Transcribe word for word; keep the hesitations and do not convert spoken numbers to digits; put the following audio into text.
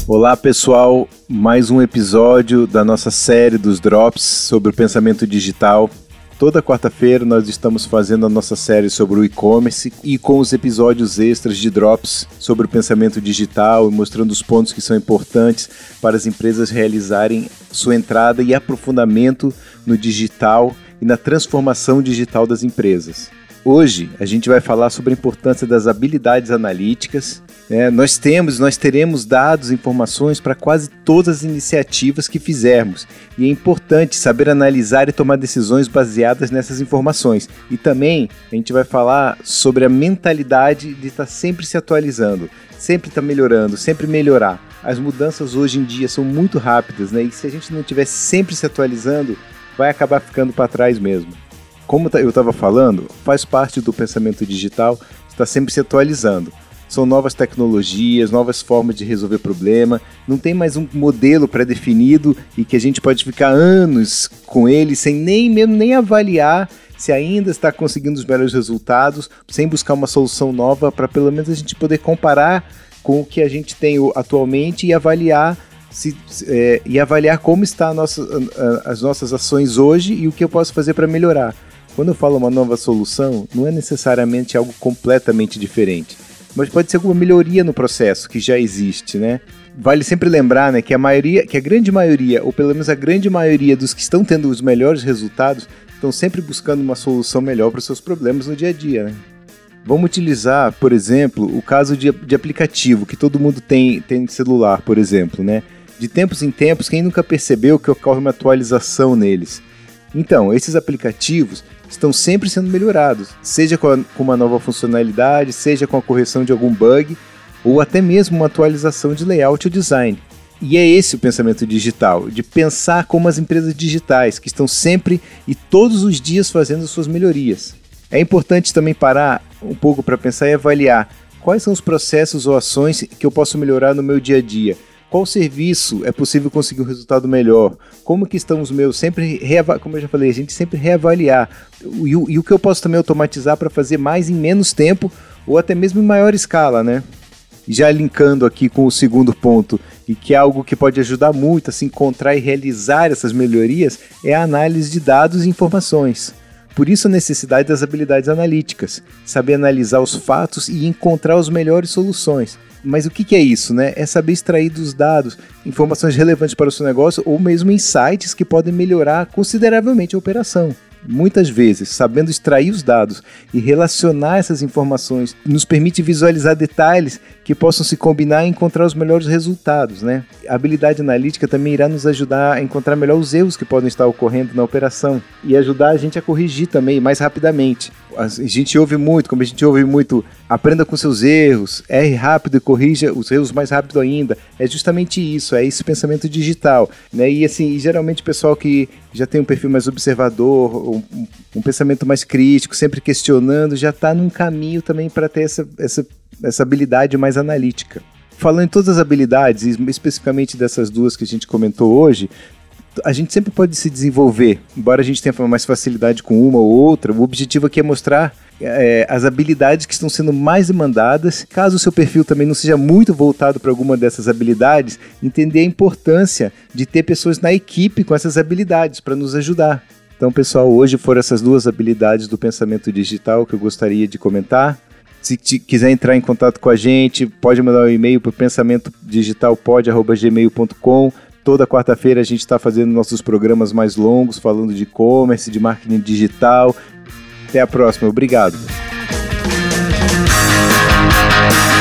Olá pessoal, mais um episódio da nossa série dos Drops sobre o pensamento digital. Toda quarta-feira nós estamos fazendo a nossa série sobre o e-commerce e com os episódios extras de Drops sobre o pensamento digital e mostrando os pontos que são importantes para as empresas realizarem sua entrada e aprofundamento no digital e na transformação digital das empresas. Hoje a gente vai falar sobre a importância das habilidades analíticas. É, nós temos, nós teremos dados, informações para quase todas as iniciativas que fizermos e é importante saber analisar e tomar decisões baseadas nessas informações. E também a gente vai falar sobre a mentalidade de estar sempre se atualizando, sempre estar melhorando, sempre melhorar. As mudanças hoje em dia são muito rápidas, né? E se a gente não estiver sempre se atualizando, vai acabar ficando para trás mesmo. Como eu estava falando, faz parte do pensamento digital estar sempre se atualizando. São novas tecnologias, novas formas de resolver problema, não tem mais um modelo pré-definido e que a gente pode ficar anos com ele sem nem mesmo nem avaliar se ainda está conseguindo os melhores resultados, sem buscar uma solução nova para pelo menos a gente poder comparar com o que a gente tem atualmente e avaliar, se, é, e avaliar como estão nossa, as nossas ações hoje e o que eu posso fazer para melhorar. Quando eu falo uma nova solução, não é necessariamente algo completamente diferente, mas pode ser alguma melhoria no processo que já existe, né? Vale sempre lembrar, né, que a maioria, que a grande maioria, ou pelo menos a grande maioria dos que estão tendo os melhores resultados, estão sempre buscando uma solução melhor para os seus problemas no dia a dia, né? Vamos utilizar, por exemplo, o caso de, de aplicativo, que todo mundo tem, tem celular, por exemplo, né? De tempos em tempos, quem nunca percebeu que ocorre uma atualização neles? Então, esses aplicativos estão sempre sendo melhorados, seja com, a, com uma nova funcionalidade, seja com a correção de algum bug, ou até mesmo uma atualização de layout ou design. E é esse o pensamento digital, de pensar como as empresas digitais, que estão sempre e todos os dias fazendo suas melhorias. É importante também parar um pouco para pensar e avaliar quais são os processos ou ações que eu posso melhorar no meu dia a dia. Qual serviço é possível conseguir um resultado melhor? Como que estão os meus? Sempre, reava- como eu já falei, a gente sempre reavaliar. E o, e o que eu posso também automatizar para fazer mais em menos tempo ou até mesmo em maior escala, né? Já linkando aqui com o segundo ponto, e que é algo que pode ajudar muito a se encontrar e realizar essas melhorias, é a análise de dados e informações. Por isso a necessidade das habilidades analíticas, saber analisar os fatos e encontrar as melhores soluções. Mas o que, que é isso, né? É saber extrair dos dados informações relevantes para o seu negócio ou mesmo insights que podem melhorar consideravelmente a operação. Muitas vezes, sabendo extrair os dados e relacionar essas informações, nos permite visualizar detalhes que possam se combinar e encontrar os melhores resultados, né? A habilidade analítica também irá nos ajudar a encontrar melhor os erros que podem estar ocorrendo na operação e ajudar a gente a corrigir também mais rapidamente. A gente ouve muito, como a gente ouve muito, aprenda com seus erros, erre rápido e corrija os erros mais rápido ainda. É justamente isso, é esse pensamento digital, né? E assim, geralmente o pessoal que já tem um perfil mais observador, um, um pensamento mais crítico, sempre questionando, já está num caminho também para ter essa, essa, essa habilidade mais analítica. Falando em todas as habilidades, e especificamente dessas duas que a gente comentou hoje, a gente sempre pode se desenvolver, embora a gente tenha mais facilidade com uma ou outra. O objetivo aqui é mostrar é, as habilidades que estão sendo mais demandadas. Caso o seu perfil também não seja muito voltado para alguma dessas habilidades, entender a importância de ter pessoas na equipe com essas habilidades para nos ajudar. Então, pessoal, hoje foram essas duas habilidades do pensamento digital que eu gostaria de comentar. Se te, quiser entrar em contato com a gente, pode mandar um e-mail para pensamento digital pod arroba gmail ponto com. Toda quarta-feira a gente está fazendo nossos programas mais longos, falando de e-commerce, de marketing digital. Até a próxima. Obrigado.